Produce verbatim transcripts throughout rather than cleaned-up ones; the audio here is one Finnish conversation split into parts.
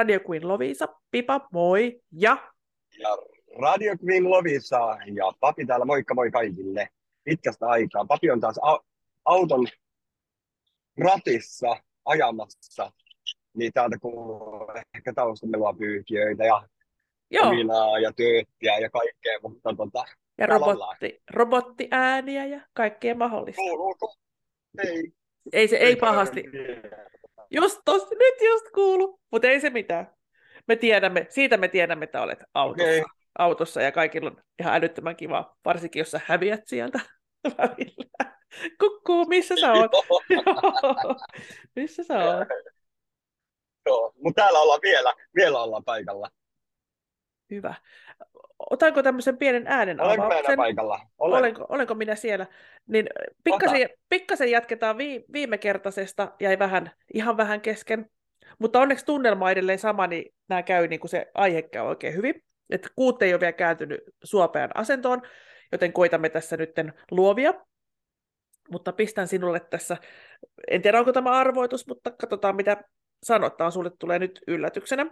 Radio Queen Lovisa, Pipa, moi, ja Ja Radio Queen Lovisa ja Papi täällä, moikka moi kaikille. Pitkästä aikaa. Papi on taas au- auton ratissa ajamassa, niin täältä kuuluu ehkä taustamelua pyyhkiöitä ja joo, ominaa ja tööttiä ja kaikkea, mutta tota, ja täällä ollaan. robotti, robottiääniä ja kaikkea mahdollista. Kuuluuko? Ei. Ei se, ei taida pahasti. vielä. Just tos, nyt just kuulu, mutta ei se mitään. Me tiedämme, siitä me tiedämme, että olet autossa, Okei. autossa ja kaikilla on ihan älyttömän kiva, varsinkin jos sä häviät sieltä välillä. Kukkuu, missä sä oot? Missä sä oot? Joo, mutta täällä ollaan vielä, vielä ollaan paikalla. Hyvä. Otanko tämmöisen pienen äänen Olenko mä enää avauksen? paikalla? Olen. Olenko, olenko minä siellä? Niin pikkasen, pikkasen jatketaan vi, viimekertaisesta, jäi vähän, ihan vähän kesken. Mutta onneksi tunnelma on edelleen sama, niin nämä käy niin kuin se aihe käy oikein hyvin. Että kuut ei ole vielä kääntynyt suopean asentoon, joten koitamme tässä nytten luovia. Mutta pistän sinulle tässä, en tiedä onko tämä arvoitus, mutta katsotaan mitä sanotaan. Sulle tulee nyt yllätyksenä.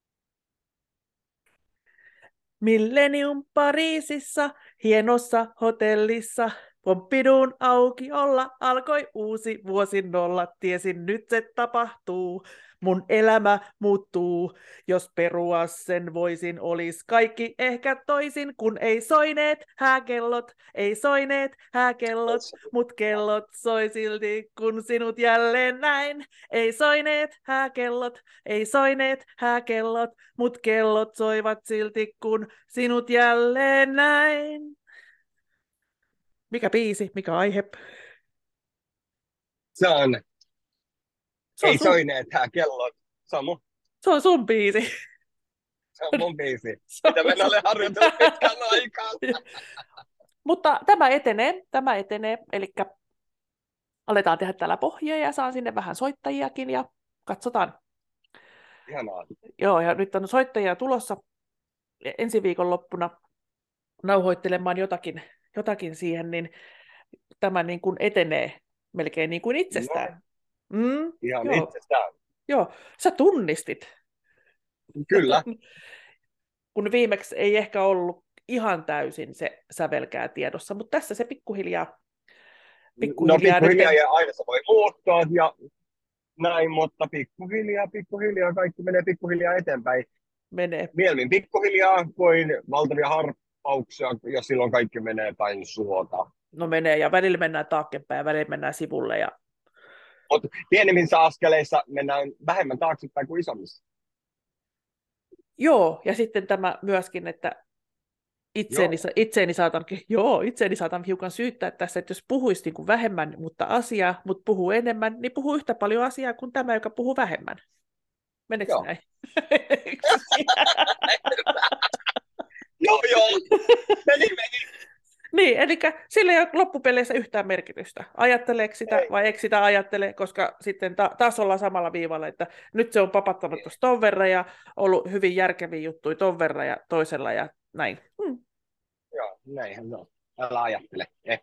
Millennium Pariisissa, hienossa hotellissa, Pompidou'n auki olla, alkoi uusi vuosi nolla, tiesin nyt se tapahtuu, mun elämä muuttuu, jos perua sen voisin, olis kaikki ehkä toisin, kun ei soineet hääkellot, ei soineet hääkellot, mut kellot soi silti, kun sinut jälleen näin, ei soineet hääkellot, ei soineet hääkellot, mut kellot soivat silti, kun sinut jälleen näin. Mikä biisi, mikä aihe? Se on, Se on ei sun, soineet tää kellot. Se on mun, se on sun biisi. se on mun biisi. Se on Mitä mä en sun- ole harjoitellut pitkään aikaa. Mutta tämä etenee, tämä etenee, eli aletaan tehdä täällä pohjia ja saan sinne vähän soittajiakin ja katsotaan. Ihanaa. Joo, ja nyt on soittajia tulossa ensi viikon loppuna nauhoittelemaan jotakin, jotakin siihen, niin tämä niin kuin etenee melkein niin kuin itsestään. Mm, Ihan joo, itsestään. joo, sä tunnistit. Kyllä. Kun viimeksi ei ehkä ollut ihan täysin se sävelkää tiedossa, mutta tässä se pikkuhiljaa, pikkuhiljaa, No pikkuhiljaa nyt... ja aina se voi muuttua ja näin, mutta pikkuhiljaa, pikkuhiljaa kaikki menee pikkuhiljaa eteenpäin. menee. Mieluummin pikkuhiljaa kuin valtavia harppauksia, jos silloin kaikki menee päin suota. No menee, ja välillä mennään taaksepäin ja välillä mennään sivulle. Ja... Mutta pienemmissä askeleissa mennään vähemmän taaksepäin kuin isommissa. Joo, ja sitten tämä myöskin, että itseeni, Joo. itseeni, saatan, joo, itseeni saatan hiukan syyttää tässä, että jos puhuisi niin kuin vähemmän, mutta asiaa, mutta puhuu enemmän, niin puhuu yhtä paljon asiaa kuin tämä, joka puhuu vähemmän. Meneekö Joo. näin? Joo, joo. Meni, meni. Niin, eli sillä ei ole loppupeleissä yhtään merkitystä. Ajatteleeko sitä Ei. vai eikö sitä ajattele, koska sitten ta- taas ollaan samalla viivalla, että nyt se on papattanut tuossa ton verran ja ollut hyvin järkeviä juttuja ton verran ja toisella ja näin. Hmm. Joo, näinhän se on. Älä ajattele. Eh.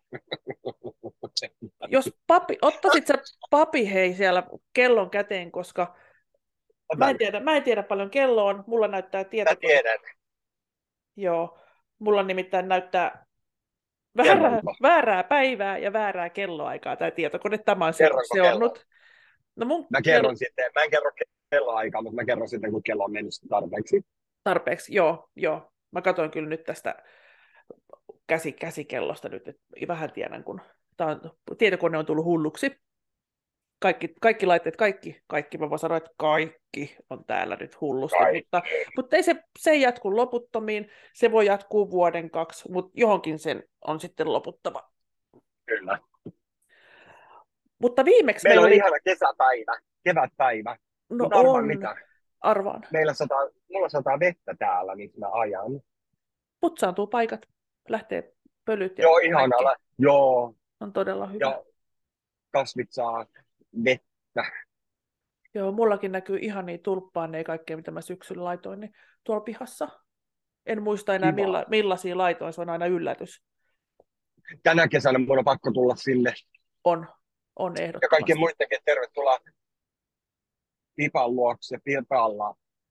Jos papi, ottaisit sä papi hei siellä kellon käteen, koska mä en, tiedä, mä en tiedä paljon kello on, mulla näyttää Mä tietokone. tiedän. Joo, mulla nimittäin näyttää väärää, Kerronko? väärää päivää ja väärää kelloaikaa tämä tietokone. Tämä on se, Kerronko seonnut. No mun Mä kerron kello... sitten, mä en kerro kelloaikaa, mutta mä kerron sitten, kun kello on mennyt tarpeeksi. Tarpeeksi, joo, joo. Mä katsoin kyllä nyt tästä käsi, käsikellosta nyt, että vähän tiedän, kun tää on, tietokone on tullut hulluksi. Kaikki, kaikki laitteet, kaikki, kaikki, mä voin sanoa, että kaikki on täällä nyt hullusti, mutta, mutta ei se, se ei jatku loputtomiin, se voi jatkuu vuoden kaksi, mutta johonkin sen on sitten loputtava. Kyllä. Mutta viimeksi meillä meillä on oli... ihana kesäpäivä, kevätpäivä. No Mutta arvaan on, mitä? arvaan. Meillä sataa, mulla sataa vettä täällä, niin mä ajan. Putsaantuu paikat, lähtee pölyt ja Joo, ihanaa. Joo. On todella hyvä. Ja kasvit saa vettä. Joo, mullakin näkyy ihania tulppaaneja kaikkea, mitä mä syksyllä laitoin, niin tuolla pihassa. En muista enää milla, millaisia laitoin, se on aina yllätys. Tänä kesänä mun on pakko tulla sinne. On, on ehdottomasti. Ja kaikkien muidenkin tervetuloa Pipan luokse, Pipalla.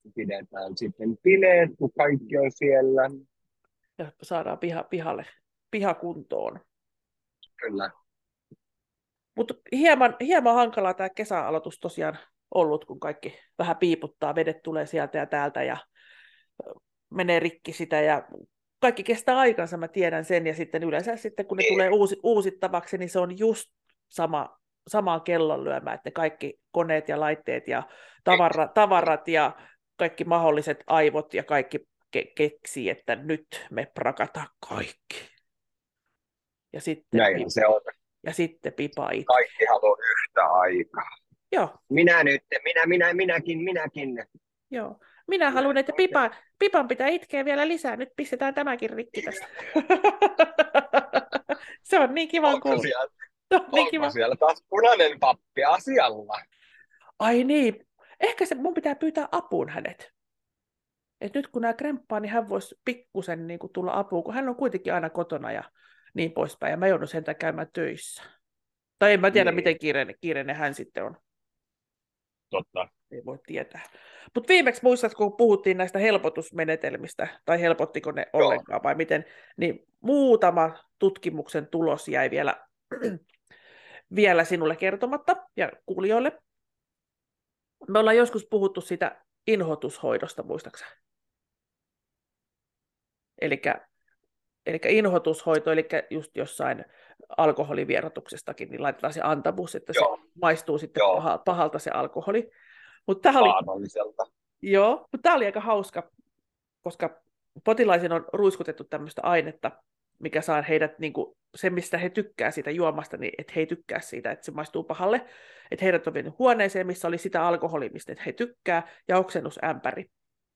pidetään sitten bileet, kun kaikki on siellä. Ja saadaan piha, pihalle, pihakuntoon. Kyllä. Mutta hieman, hieman hankalaa tämä kesäaloitus tosiaan ollut, kun kaikki vähän piiputtaa, vedet tulee sieltä ja täältä ja menee rikki sitä ja kaikki kestää aikansa, mä tiedän sen, ja sitten yleensä sitten kun ne tulee uusi, uusittavaksi, niin se on just sama, samaan kellon lyömä, että kaikki koneet ja laitteet ja tavara, tavarat ja kaikki mahdolliset aivot ja kaikki ke- keksii, että nyt me prakataan kaikki. Ja sitten, Näinhän se on. ja sitten pipa itse. Kaikki haluaa yhtä aikaa. Joo. Minä nyt, minä, minä, minäkin, minäkin. Joo. Minä haluan, että pipa, pipan pitää itkeä vielä lisää. Nyt pistetään tämäkin rikki tästä. Se on niin kiva Onko kuulla. siellä, No, niin onko kiva. siellä taas punainen pappi asialla? Ai niin. Ehkä se, mun pitää pyytää apuun hänet. Et nyt kun nämä kremppaa, niin hän voisi pikkusen niin kuin tulla apuun, kun hän on kuitenkin aina kotona ja niin poispäin. Ja mä joudun sentään käymään töissä. Tai en mä tiedä, Niin. miten kiireinen, kiireinen hän sitten on. Totta. Ei voi tietää. Mutta viimeksi muistatko, kun puhuttiin näistä helpotusmenetelmistä, tai helpottiko ne Joo. ollenkaan, vai miten, niin muutama tutkimuksen tulos jäi vielä, vielä sinulle kertomatta ja kuulijoille. Me ollaan joskus puhuttu siitä inhotushoidosta, muistaakseni? Elikkä, elikkä inhotushoito, eli just jossain alkoholivierotuksestakin, niin laitetaan se antabus, että Joo. se maistuu sitten Joo. paha, pahalta se alkoholi. Mutta tämä oli, Vaaralliselta. joo, mutta tämä oli aika hauska, koska potilaisiin on ruiskutettu tämmöistä ainetta, mikä saa heidät, niin kuin, se mistä he tykkää siitä juomasta, niin että he ei tykkää siitä, että se maistuu pahalle. Että heidät on vienyt huoneeseen, missä oli sitä alkoholia, mistä he tykkää, ja oksennusämpäri.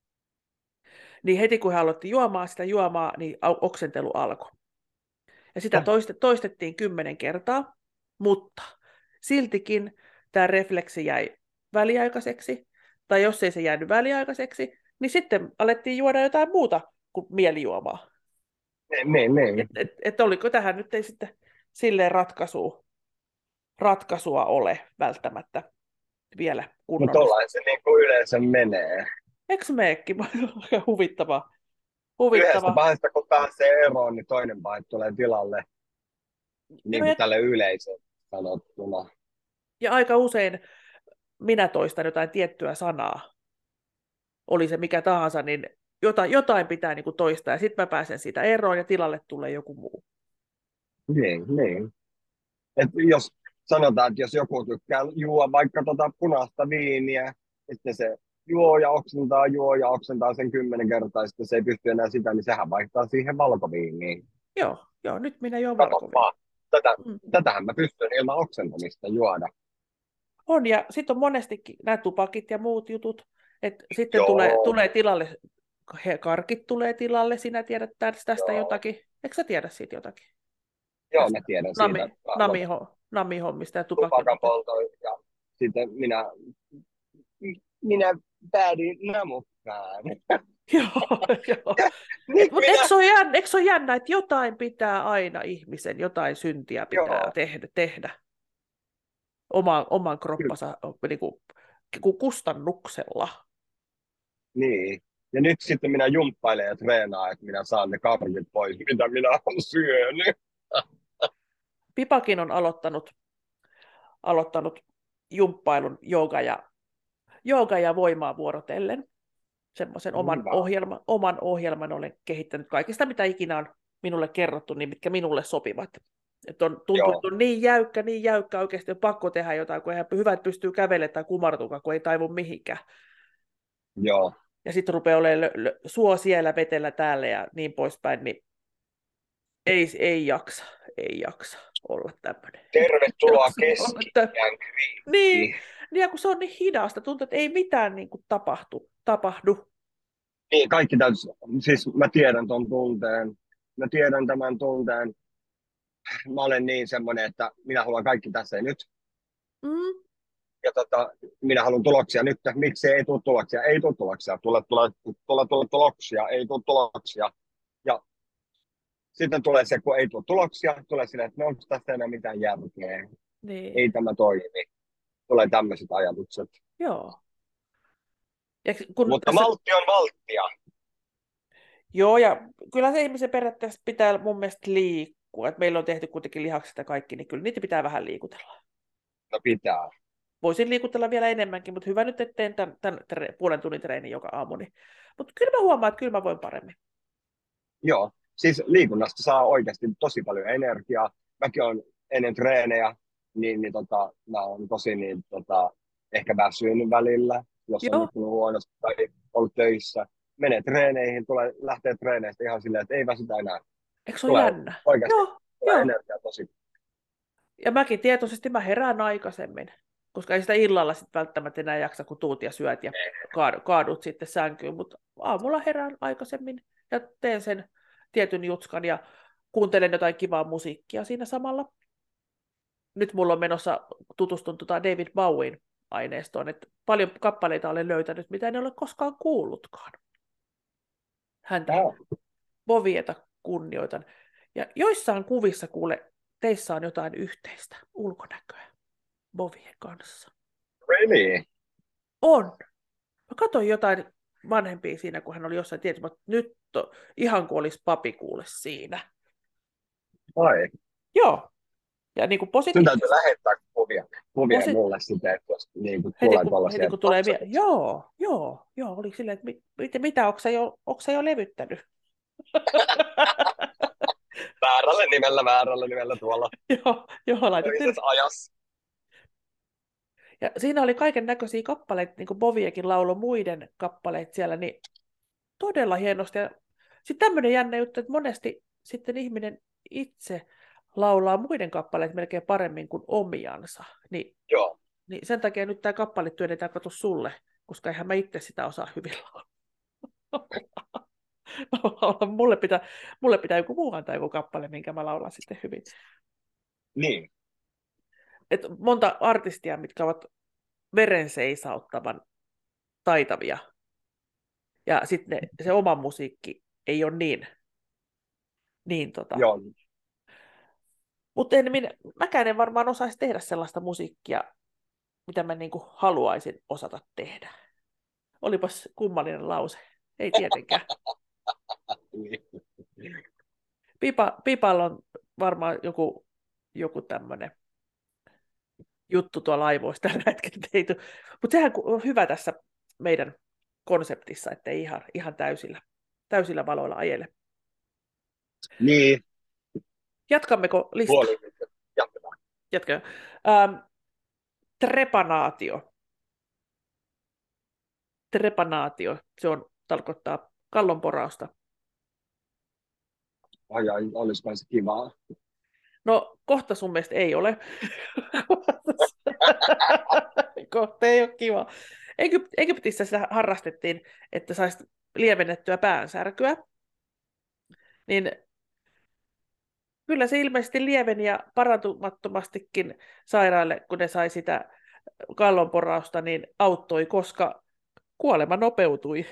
Niin heti kun he aloitti juomaan sitä juomaa, niin oksentelu alkoi. Ja sitä toistettiin kymmenen kertaa, mutta siltikin tämä refleksi jäi väliaikaiseksi, tai jos ei se jäänyt väliaikaiseksi, niin sitten alettiin juoda jotain muuta kuin mielijuomaa. Niin, niin, niin. Että et, et oliko tähän nyt ei sitten silleen ratkaisua, ratkaisua ole välttämättä vielä kunnollista. Mutta tollain se niin kuin yleensä menee. Eikö meekki? Huvittavaa. Yhdestä Huvittavaa. pahasta, kun pääsee eroon, niin toinen pahe tulee tilalle. Niin kuin tälle yleisön sanottuna. Ja aika usein minä toistan jotain tiettyä sanaa. Oli se mikä tahansa, niin jotain, jotain pitää niin kuin toistaa. Ja sitten mä pääsen siitä eroon ja tilalle tulee joku muu. Niin, niin. Et jos sanotaan, että jos joku tykkää juo vaikka tota punaista viiniä, sitten se juo ja oksentaa, juo ja oksentaa sen kymmenen kertaa, ja sitten se ei pysty enää sitä, niin sehän vaihtaa siihen valkoviiniin. Joo, joo, nyt minä juon Kato valkoviiniä. vaan. Tätä, Mm. Tätähän mä pystyn ilman oksentamista juoda. On, ja sitten on monestikin nämä tupakit ja muut jutut, että sitten Joo. tulee, tulee tilalle, he, karkit tulee tilalle, sinä tiedät tästä Joo. jotakin. Eikö sä tiedä siitä jotakin? Joo, Tästä mä tiedän nami, siitä. namiho, namihommista ja tupakin. Tupakan polto ja sitten minä, minä päädyin namukkaan. Joo, joo. Mutta eikö se ole jännä, eikö se ole jännä, että jotain pitää aina ihmisen, jotain syntiä pitää Joo. tehdä, tehdä oman, oman kroppansa niin kuin, kustannuksella. Niin. Ja nyt sitten minä jumppailen ja treenaan, että minä saan ne karkit pois, mitä minä olen syönyt. Pipakin on aloittanut, aloittanut jumppailun jooga ja, jooga ja voimaa vuorotellen. Semmoisen oman, ohjelma, oman ohjelman olen kehittänyt kaikista, mitä ikinä on minulle kerrottu, niin mitkä minulle sopivat. Että on tuntunut on niin jäykkä, niin jäykkä oikeasti on pakko tehdä jotain, kun eihän hyvä, että pystyy kävelemään tai kumartukaan, kun ei taivu mihinkään. Joo. Ja sitten rupeaa olemaan lö, lö, suo siellä, vetellä täällä ja niin poispäin, niin ei, ei jaksa, ei jaksa olla tämmöinen. Tervetuloa keski-iän kriisiin. Niin, ja kun se on niin hidasta, tuntuu, että ei mitään niin kuin tapahtu, tapahdu. Niin, kaikki täytyy, siis mä tiedän ton tunteen, mä tiedän tämän tunteen. Mä olen niin semmoinen, että minä haluan kaikki tässä ja nyt. Mm. Ja tota, minä haluan tuloksia nyt. Miksi ei tule tuloksia? Ei tule tuloksia. Tule, tule, tule, tule tuloksia. Ei tule tuloksia. Ja sitten tulee se, kun ei tule tuloksia, tulee silleen, että no onko tässä enää mitään järkeä. Niin. Ei tämä toimi. Tulee tämmöiset ajatukset. Joo. Ja kun Mutta tässä, maltti on valttia. joo, ja kyllä se ihmisen periaatteessa pitää mun mielestä liikkua. Et meillä on tehty kuitenkin lihakset ja kaikki, niin kyllä niitä pitää vähän liikutella. No pitää. Voisin liikutella vielä enemmänkin, mutta hyvä nyt, että teen tämän, tämän tre- puolen tunnin treenin joka aamu. Niin. Mutta kyllä mä huomaan, että kyllä mä voin paremmin. Joo, siis liikunnasta saa oikeasti tosi paljon energiaa. Mäkin olen ennen treenejä, niin, niin tota, mä oon tosi niin, tota, ehkä väsynyt välillä, jos on Joo, nukkunut huonosti tai ollut töissä. Menee treeneihin, tulee, lähtee treeneistä ihan silleen, että ei väsytä enää. eikö se ole Tulee jännä? oikeasti Joo, tulee joo. energiaa tosi. Ja mäkin tietoisesti mä herään aikaisemmin, koska ei sitä illalla sitten välttämättä enää jaksa, kun tuut ja syöt ja kaadut, kaadut sitten sänkyyn, mutta aamulla herään aikaisemmin ja teen sen tietyn jutskan ja kuuntelen jotain kivaa musiikkia siinä samalla. Nyt mulla on menossa tutustun tota David Bowien aineistoon, että paljon kappaleita olen löytänyt, mitä en ole koskaan kuullutkaan. Häntä, Ah, Bovieta kunnioitan. Ja joissain kuvissa kuule, teissä on jotain yhteistä ulkonäköä Bovien kanssa. really? On. Mä katsoin jotain vanhempia siinä, kun hän oli jossain tietysti, että nyt to, ihan kuin olisi papi kuule siinä. Ai. Joo. Ja niin kuin Sun täytyy positiivisesti. lähettää kuvia, kuvia Posi- mulle sitten, että jos niin kuin heti, tulee kun, heti tuollaisia kun tulee vielä. katsotuksia. Joo, joo, joo. Oli silleen, että mit, mitä, mitä onko sä jo, onko sä jo levyttänyt? Väärällä nimellä, väärällä nimellä tuolla joo, joo, laitettiin. toisessa ajassa. Ja siinä oli kaiken näköisiä kappaleita, niin kuin Boviekin laulo muiden kappaleet siellä, niin todella hienosti. Ja sitten tämmöinen jännä juttu, että monesti sitten ihminen itse laulaa muiden kappaleet melkein paremmin kuin omiansa. Niin, Joo. niin sen takia nyt tämä kappale työnnetään kato sulle, koska eihän mä itse sitä osaa hyvin laulaa. mulle, pitää, mulle pitää joku muu antaa joku kappale, minkä mä laulan sitten hyvin. Niin. Et monta artistia, mitkä ovat verenseisauttavan taitavia. Ja sitten se oma musiikki ei ole niin. niin tota. Joo. Mutta en minä, mäkään en varmaan osaisi tehdä sellaista musiikkia, mitä mä niinku haluaisin osata tehdä. Olipas kummallinen lause. Ei tietenkään. Pipa, Pipalla on varmaan joku, joku tämmöinen juttu tuolla laivoissa tällä hetkellä. Mutta sehän on hyvä tässä meidän konseptissa, ettei ihan, ihan täysillä, täysillä valoilla ajele. Niin. Jatkammeko listaa? Puoli. Jatketaan. Jatketaan. Ähm, trepanaatio. Trepanaatio, se on, tarkoittaa kallonporausta. Ai ai, olisiko se kivaa. No, kohta sun mielestä ei ole. Kohta ei ole kiva. Egypt, Egyptissä sitä harrastettiin, että saisi lievennettyä päänsärkyä. Niin kyllä se ilmeisesti lieveni ja parantumattomastikin sairaille, kun ne sai sitä kallonporausta, niin auttoi, koska kuolema nopeutui.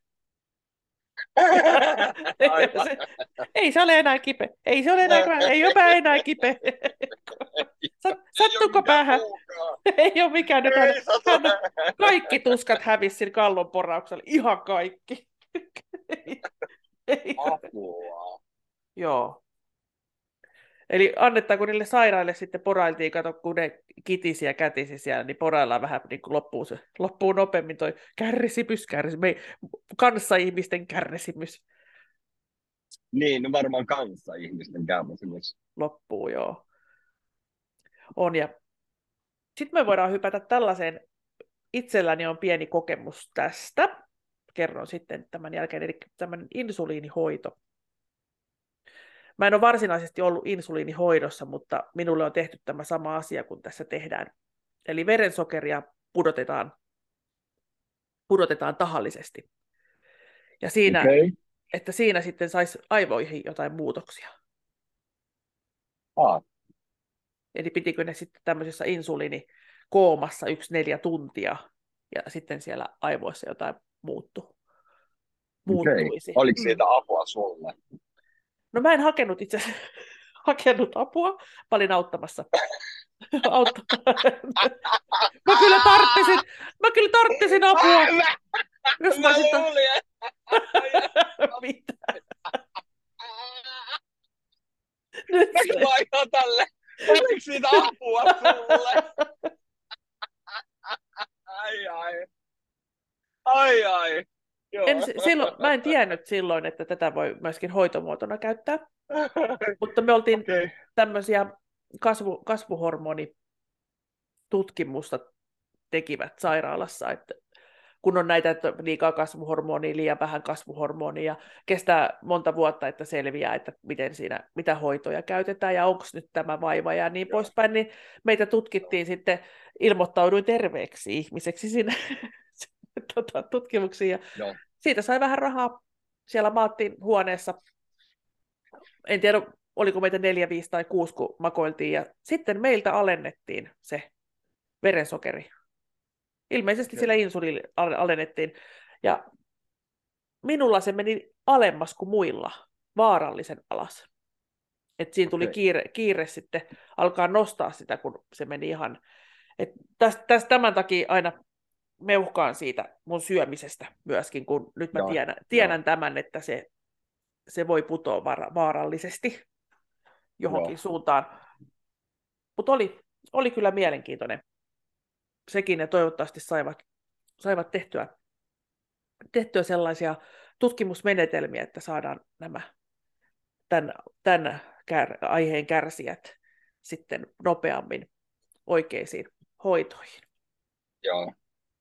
se, ei se ole enää kipeä. Ei se ole enää, ei ole pää enää kipeä. Sattuuko päähän? Ei ole mikään nyt. Hän, hän, kaikki tuskat hävisi sillä kallonporauksella. Ihan kaikki. ei, ei. Apua. Joo. Eli annettaako niille sairaille sitten porailtiin, kato kun ne kitisi ja kätisi siellä, niin poraillaan vähän niin kuin loppuu, se, loppuu nopeammin toi kärsimys, kärsimys, kanssaihmisten kärsimys. Niin, no varmaan kanssa ihmisten kärsimys. Loppuu, joo. On ja sitten me voidaan hypätä tällaiseen, itselläni on pieni kokemus tästä, kerron sitten tämän jälkeen, eli tämmöinen insuliinihoito. Mä en ole varsinaisesti ollut insuliinihoidossa, mutta minulle on tehty tämä sama asia kuin tässä tehdään. Eli verensokeria pudotetaan, pudotetaan tahallisesti. Ja siinä, Okay. että siinä sitten saisi aivoihin jotain muutoksia. Ah. Eli pitikö ne sitten tämmöisessä insuliinikoomassa yksi neljä tuntia, ja sitten siellä aivoissa jotain muuttu, muuttuisi. Okay. Oliko siitä apua sulle? No mä en hakenut itse asiassa hakenut apua, mä olin auttamassa, Auttaa. Mä kyllä tarttisin, mä kyllä tarttisin apua, Mä, jos mä mä olisin... Ta... luulin, että... Mitä? Nyt Mä se... laitan tälle. Oliko siitä apua sulle? Ai ai. Ai ai. En, Joo. silloin, mä en tiennyt silloin, että tätä voi myöskin hoitomuotona käyttää, mutta me oltiin Okei. tämmöisiä kasvu, kasvuhormonitutkimusta tekivät sairaalassa, että kun on näitä, että liikaa kasvuhormonia, liian vähän kasvuhormonia, ja kestää monta vuotta, että selviää, että miten siinä, mitä hoitoja käytetään, ja onko nyt tämä vaiva, ja niin Joo. poispäin, niin meitä tutkittiin sitten, ilmoittauduin terveeksi ihmiseksi sinne tota, tutkimuksiin, ja Joo. siitä sai vähän rahaa, siellä maattiin huoneessa, en tiedä, oliko meitä neljä, viisi tai kuusi, kun makoiltiin, ja sitten meiltä alennettiin se verensokeri. Ilmeisesti Okei. sillä insuliini alennettiin. Ja minulla se meni alemmas kuin muilla, vaarallisen alas. Et siinä tuli Okei. kiire, kiire sitten alkaa nostaa sitä, kun se meni ihan... Et tästä, tästä tämän takia aina meuhkaan siitä mun syömisestä myöskin, kun nyt mä Joo. tiedän, tiedän Joo. tämän, että se, se voi putoa vaara, vaarallisesti johonkin Joo. suuntaan. Mutta oli, oli kyllä mielenkiintoinen sekin, ja toivottavasti saivat, saivat tehtyä, tehtyä sellaisia tutkimusmenetelmiä, että saadaan nämä tämän, tämän kär, aiheen kärsijät sitten nopeammin oikeisiin hoitoihin. Joo.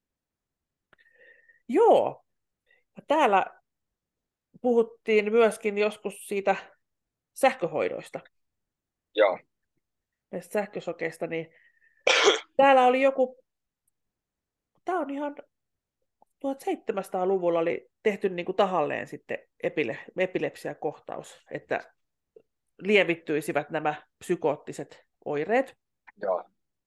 Joo, ja täällä puhuttiin myöskin joskus siitä sähköhoidoista, Joo. näistä sähkösokeista, niin täällä oli joku, tämä on ihan tuhatseitsemänsataaluvulla oli tehty niin kuin tahalleen sitten epile, epilepsiakohtaus, että lievittyisivät nämä psykoottiset oireet. Joo.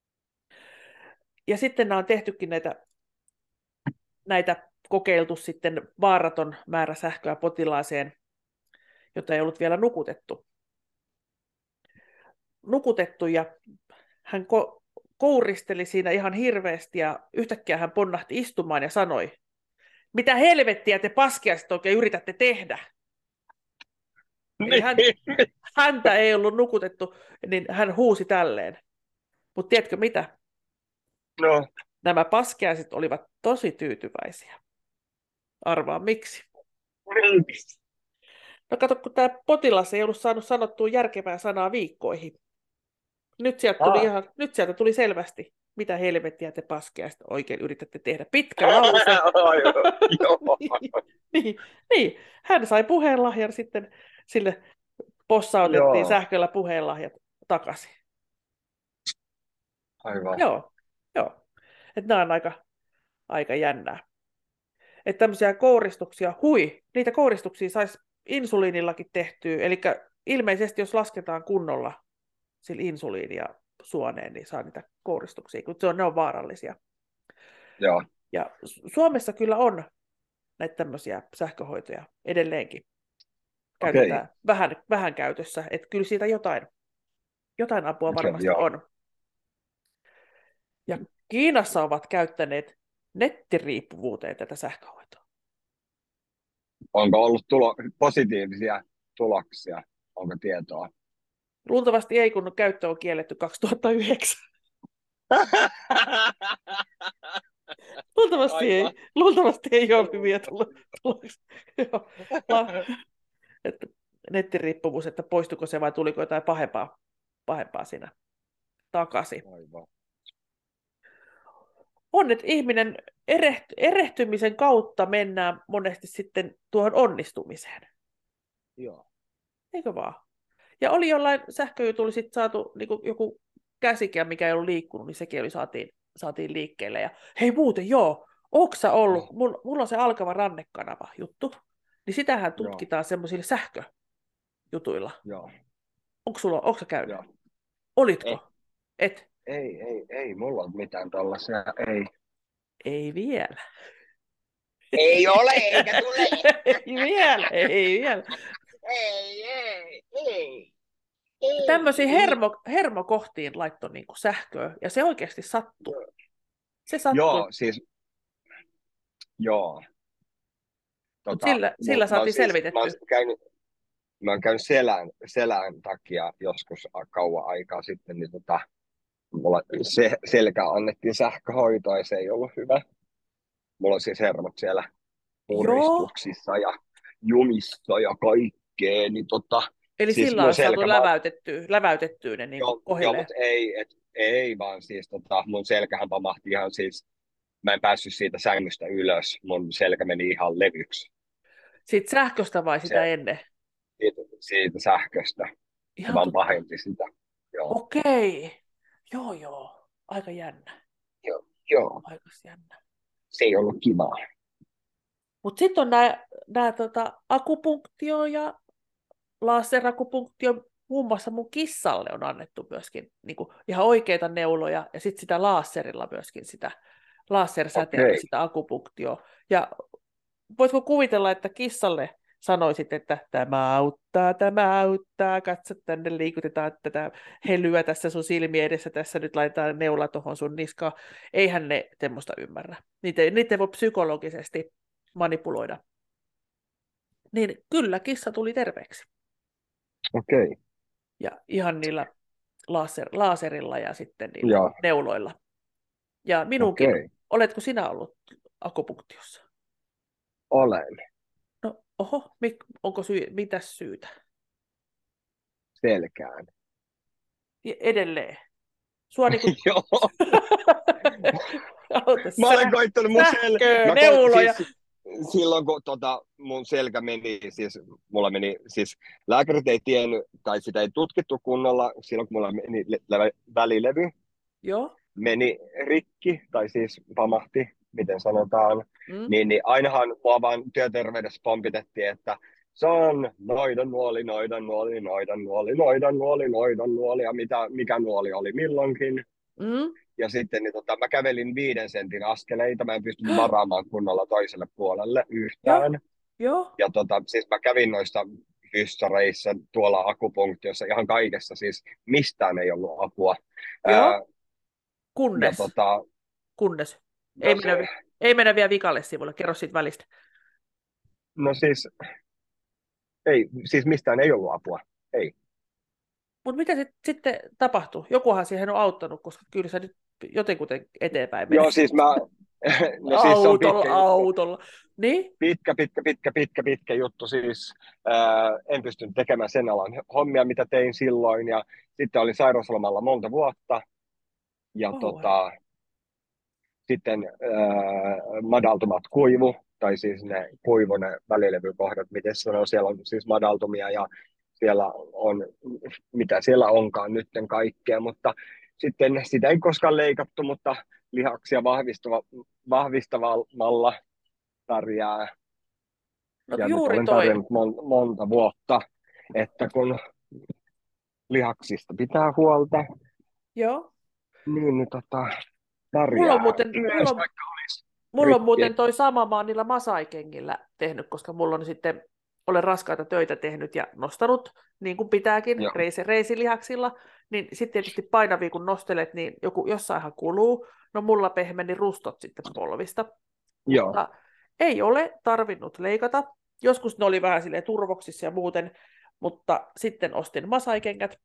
Ja sitten nämä on tehtykin näitä, näitä kokeiltu sitten vaaraton määrä sähköä potilaaseen, jota ei ollut vielä nukutettu. Nukutettu ja hän ko- kouristeli siinä ihan hirveästi ja yhtäkkiä hän ponnahti istumaan ja sanoi, mitä helvettiä te paskiaiset oikein yritätte tehdä? Eli hän, häntä ei ollut nukutettu, niin hän huusi tälleen. Mutta tiedätkö mitä? No. Nämä paskiaiset olivat tosi tyytyväisiä. Arvaa miksi? No kato, kun tämä potilas ei ollut saanut sanottua järkevää sanaa viikkoihin. Nyt sieltä tuli, Ah. ihan, nyt sieltä tuli selvästi, mitä helvettiä te paskiaista oikein yritätte tehdä. Pitkä lause. niin, niin, niin, hän sai puheenlahjan sitten, sille possautettiin Joo. sähköllä puheenlahjat takaisin. Aivan. Joo, joo. Että nämä on aika, aika jännää. Että tämmöisiä kouristuksia, hui, niitä kouristuksia saisi insuliinillakin tehtyä. Eli ilmeisesti jos lasketaan kunnolla sillä insuliinia suoneen, niin saa niitä kouristuksia, kun se on, ne on vaarallisia. Joo. Ja Suomessa kyllä on näitä tämmöisiä sähköhoitoja edelleenkin. Käytetään Okei. vähän, vähän käytössä, että kyllä siitä jotain, jotain apua Okei, varmasti joo. on. Ja Kiinassa ovat käyttäneet nettiriippuvuuteen tätä sähköhoitoa. Onko ollut tulo- positiivisia tuloksia? Onko tietoa? Luultavasti ei, kun käyttö on kielletty kaksituhattayhdeksän. Luultavasti ei, luultavasti ei ole hyviä tuloksia. Että nettiriippuvuus, että poistuiko se vai tuliko jotain pahempaa, pahempaa siinä takaisin. Aivan. On, että ihminen ereht, erehtymisen kautta mennään monesti sitten tuohon onnistumiseen. Joo. Eikö vaan? Ja oli jollain sähköjutulla sitten saatu niin joku käsikä, mikä ei ollut liikkunut, niin sekin oli, saatiin, saatiin liikkeelle. Ja hei muuten, joo, ootko sä ollut, mulla, mulla on se alkava rannekanava juttu, niin sitähän tutkitaan semmoisilla sähköjutuilla. Joo. Onko sulla, onko sä käynyt? Joo. Olitko? Ei. Et? Ei, ei, ei, mulla on mitään tällaisia, ei. Ei vielä. Ei ole, eikä tule. Ei vielä, ei vielä. Ei, ei, ei, tämmöisiin hermo, hermokohtiin laittoi niin kuin sähköä, ja se oikeasti sattui. Se sattui. Joo, siis, joo. Mutta Tota, sillä, mul, sillä mä oon saatiin siis, mä oon selvitettyä. käynyt, mä oon käynyt selän, selän takia joskus kauan aikaa sitten, niin tota, mulla se, selkä annettiin sähköhoitoa ja se ei ollut hyvä. Mulla on siis hermot siellä Joo, puristuksissa ja jumissa ja kaikkea, niin tota, eli siis sillä mun olisi saatu selkä, mä, läväytettyä, läväytettyä ne niin kuin joo, joo, kohilleen. mutta ei, et, ei vaan siis tota, mun selkähän pamahti ihan siis, mä en päässyt siitä sängystä ylös, mun selkä meni ihan levyksi. Siitä sähköstä vai Se, sitä ennen? siitä, siitä sähköstä, se Ihan vaan totta. pahensi sitä. Joo, Okei. Joo, joo. Aika jännä. joo, joo. Aika jännä. Se ei ollut kivaa. Mutta sitten on nämä tota, akupunktio ja laserakupunktio. Muun muassa mun kissalle on annettu myöskin niin kuin ihan oikeita neuloja ja sitten sitä laserilla myöskin sitä lasersäteellä Okei, sitä akupunktioa. Ja voitko kuvitella, että kissalle sanoisit, että tämä auttaa, tämä auttaa, katso tänne, liikutetaan tätä helyä tässä sun silmien edessä, tässä nyt laitetaan neula tuohon sun niskaan. Eihän ne semmoista ymmärrä. Niitä, ei- niitä ei voi psykologisesti manipuloida. Niin kyllä, kissa tuli terveeksi. okei, Ja ihan niillä laser, laserilla ja sitten niillä joo, neuloilla. Ja minunkin, okei, oletko sinä ollut akupunktiossa? olen No, oho, mik, onko syy, mitäs syytä? selkään. Ja edelleen. Sua niinku... Joo, Auta, mä sä... olen koittanut mun sel... sähköä, Mä koit... neuloja. siis silloin kun tota, mun selkä meni, siis mulla meni, siis lääkärit ei tiennyt, tai sitä ei tutkittu kunnolla, silloin kun mulla meni le- välilevy, Joo. meni rikki, tai siis pamahti, miten sanotaan, Mm. niin, niin ainahan mua vaan työterveydessä pompitettiin, että se on noidan nuoli, noidan nuoli, noidan nuoli, noidan nuoli, noidan nuoli, ja mitä, mikä nuoli oli milloinkin. Mm. Ja sitten niin tota, mä kävelin viiden sentin askeleita, mä en pystynyt varaamaan kunnolla toiselle puolelle Joo. yhtään. Joo. Ja tota, siis mä kävin noissa fyssareissa, tuolla akupunktiossa, ihan kaikessa, siis mistään ei ollut apua. Ää, Joo. ja Kunnes. tota, Kunnes. Ei no, mennä, se, vi- ei mennä vielä vikalle sivulle. Kerro siitä välistä. no siis, ei, siis mistään ei ollut apua, ei. Mutta mitä sit, sitten tapahtui? Jokuhan siihen on auttanut, koska kyllä sä nyt jotenkuten eteenpäin menet. Joo, siis mä, no siis se on Autolla, pitkä juttu, autolla. Niin? pitkä, pitkä, pitkä, pitkä, pitkä juttu, siis ää, en pystynyt tekemään sen alan hommia, mitä tein silloin, ja sitten olin sairauslomalla monta vuotta, ja Kauhean. tota, sitten ää, madaltumat kuivu, tai siis ne kuivu, ne välilevykohdat, miten sanoo, siellä on siis madaltumia, ja siellä on, mitä siellä onkaan nytten kaikkea, mutta sitten sitä ei koskaan leikattu, mutta lihaksia vahvistava, vahvistavalla pärjää. No Ja nyt juuri olen toi. pärjännyt mon, monta vuotta, että kun lihaksista pitää huolta, Joo. niin, niin tota, Mulla on pärjää muuten, mulla myös, on, vaikka olisi mulla on muuten rikki. toi sama, mä oon niillä masaikengillä tehnyt, koska mulla on sitten, olen raskaita töitä tehnyt ja nostanut, niin kuin pitääkin, Joo, reisi, reisilihaksilla, niin sitten tietysti painavia kun nostelet, niin joku, jossainhan kuluu, no mulla pehmeni rustot sitten polvista, joo, mutta ei ole tarvinnut leikata, joskus ne oli vähän silleen turvoksissa ja muuten, mutta sitten ostin masaikengät,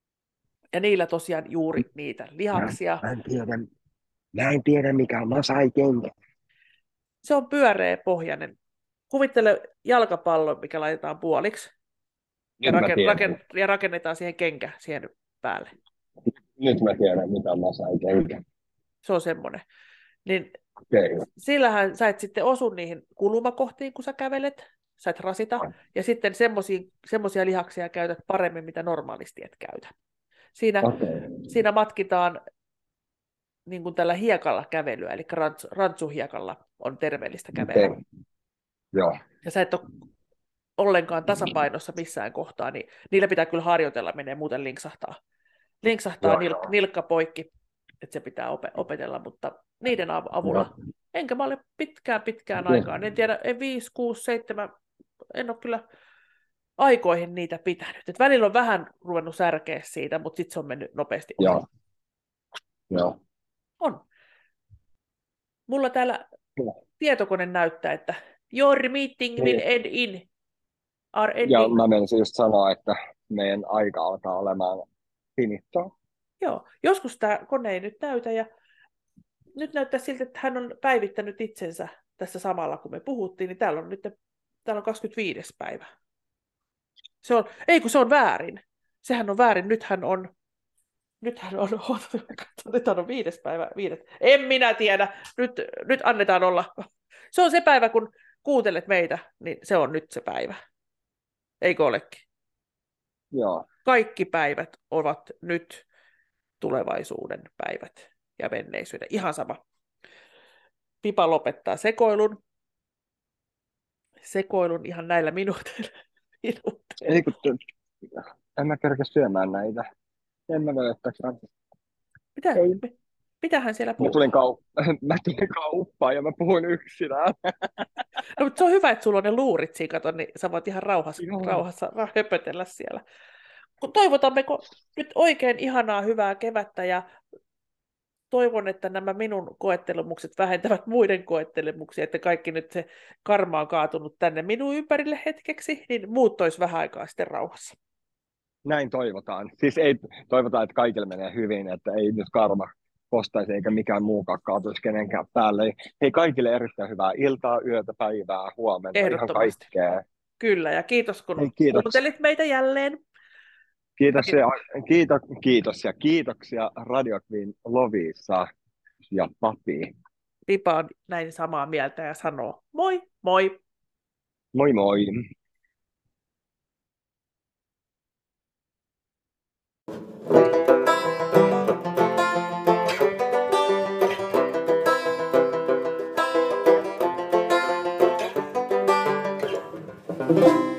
ja niillä tosiaan juuri niitä mä, lihaksia. mä en tiedä, mä en tiedä mikä on masai-kenkä. Se on pyöreä pohjainen. Kuvittele jalkapallon, mikä laitetaan puoliksi ja, Nyt mä raken, tiedän, raken, ja rakennetaan siihen kenkä siihen päälle. nyt mä tiedän mitä on masai-kenkä. Se on semmoinen. Niin Okei, okay. sillähän sä et sitten osu niihin kulumakohtiin, kun sä kävelet. Sä et rasita. Ja sitten semmoisia lihaksia käytät paremmin, mitä normaalisti et käytä. Siinä, Okay. siinä matkitaan niin kuin tällä hiekalla kävelyä, eli rantsu, rantsuhiekalla on terveellistä kävellä. Okay. Joo. Ja sä et ole ollenkaan tasapainossa missään kohtaa, niin niillä pitää kyllä harjoitella, menee muuten linksahtaa. Linksahtaa Joo, nilk, joo. nilkka poikki, että se pitää op- opetella, mutta niiden avulla. Joo. Enkä mä ole pitkään pitkään Okay. aikaan, en tiedä, en viisi, kuusi, seitsemän, en ole kyllä aikoihin niitä pitänyt. Et välillä on vähän ruvennut särkeä siitä, mutta sitten se on mennyt nopeasti ohi. Joo. Joo. On. Mulla täällä Joo. tietokone näyttää, että your meeting will end in. Are Ja ending. mä menisin just sanoa, että meidän aika alkaa olemaan finito. Joo, joskus tämä kone ei nyt näytä, ja nyt näyttää siltä, että hän on päivittänyt itsensä tässä samalla, kun me puhuttiin, niin täällä on nyt täällä on kaksikymmentäviides päivä. Se on, ei kun se on väärin. Sehän on väärin. Nythän on, nythän on, nythän on viides päivä. Viides. En minä tiedä. Nyt, nyt annetaan olla. Se on se päivä, kun kuuntelet meitä, niin se on nyt se päivä. Eikö olekin? Joo. Kaikki päivät ovat nyt tulevaisuuden päivät ja menneisyyden. Ihan sama. Pipa lopettaa sekoilun. Sekoilun ihan näillä minuuteilla. Ei kun en mä kerkeä syömään näitä. En mä voi ottaa kanssa. Mitä? Ei. Mitähän siellä puhuu? Mä tulin, kau- mä tulin kauppaan ja mä puhuin yksinään. No, mutta se on hyvä, että sulla on ne luurit siinä, kato, niin sä voit ihan rauhassa, Joo. rauhassa höpötellä siellä. Kun toivotamme nyt oikein ihanaa hyvää kevättä ja toivon, että nämä minun koettelemukset vähentävät muiden koettelemuksia, että kaikki nyt se karma on kaatunut tänne minun ympärille hetkeksi, niin muut tois vähän aikaa sitten rauhassa. Näin toivotaan. Siis ei toivotaan, että kaikille menee hyvin, että ei nyt karma kostaisi eikä mikään muukaan kaatuisi kenenkään päälle. Hei kaikille erittäin hyvää iltaa, yötä, päivää, huomenta, ihan kaikkea. Kyllä, ja kiitos kun Hei, kiitos. kuuntelit meitä jälleen. Kiitos ja, kiitos, kiitos ja kiitoksia Radio Queen Lovisa ja Papi. Pipa on näin samaa mieltä ja sanoo moi moi. Moi moi. Thank you.